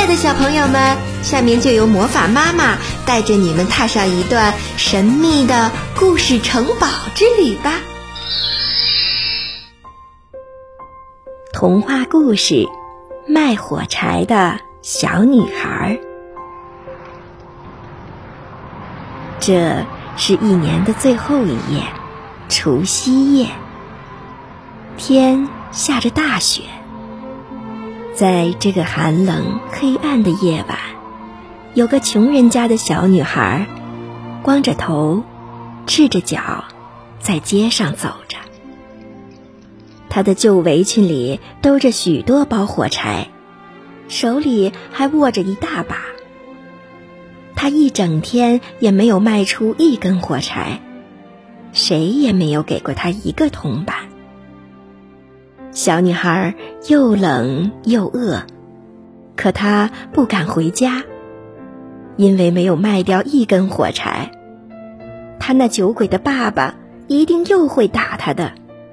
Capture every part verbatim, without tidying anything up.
的小朋友们，下面就由魔法妈妈带着你们踏上一段神秘的故事城堡之旅吧。 童话故事：卖火柴的小女孩。这是一年的最后一夜，除夕夜，天下着大雪。在这个寒冷黑暗的夜晚，有个穷人家的小女孩，光着头，赤着脚，在街上走着。她的旧围裙里兜着许多包火柴，手里还握着一大把。她一整天也没有卖出一根火柴，谁也没有给过她一个铜板。小女孩又冷又饿，可她不敢回家，因为没有卖掉一根火柴，她那酒鬼的爸爸一定又会打她的。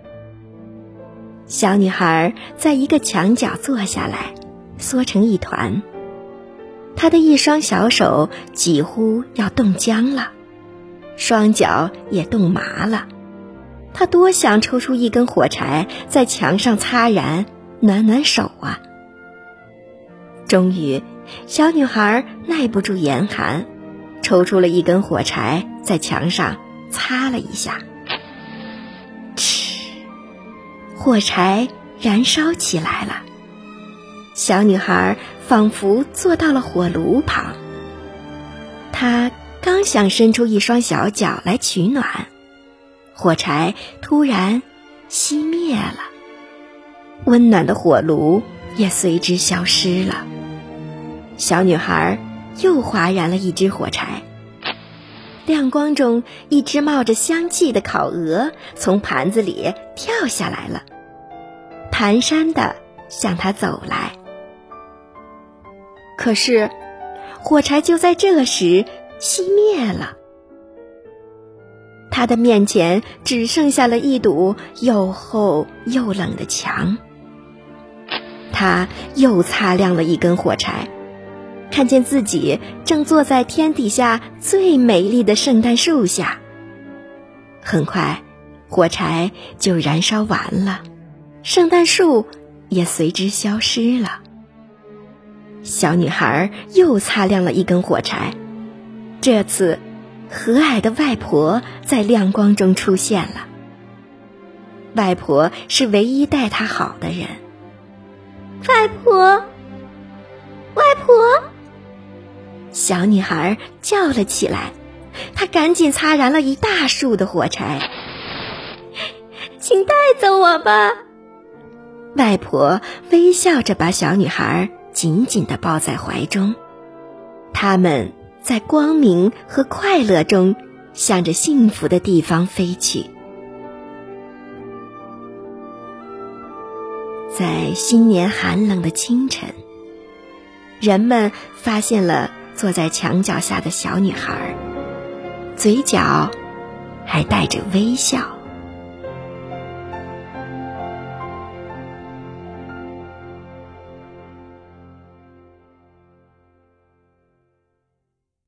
小女孩在一个墙角坐下来，缩成一团，她的一双小手几乎要冻僵了，双脚也冻麻了。她多想抽出一根火柴，在墙上擦燃，暖暖手啊！终于，小女孩耐不住严寒，抽出了一根火柴，在墙上擦了一下。嗤，火柴燃烧起来了。小女孩仿佛坐到了火炉旁，她刚想伸出一双小脚来取暖，火柴突然熄灭了，温暖的火炉也随之消失了。小女孩又划燃了一支火柴，亮光中，一只冒着香气的烤鹅从盘子里跳下来了，蹒跚地向她走来。可是，火柴就在这时熄灭了。他的面前只剩下了一堵又厚又冷的墙。他又擦亮了一根火柴，看见自己正坐在天底下最美丽的圣诞树下。很快，火柴就燃烧完了，圣诞树也随之消失了。小女孩又擦亮了一根火柴，这次和蔼的外婆在亮光中出现了。外婆是唯一待她好的人。 外婆，外婆！ 小女孩叫了起来，她赶紧擦燃了一大束的火柴。 请带走我吧！ 外婆微笑着把小女孩紧紧地抱在怀中，他们在光明和快乐中向着幸福的地方飞去。在新年寒冷的清晨，人们发现了坐在墙角下的小女孩，嘴角还带着微笑。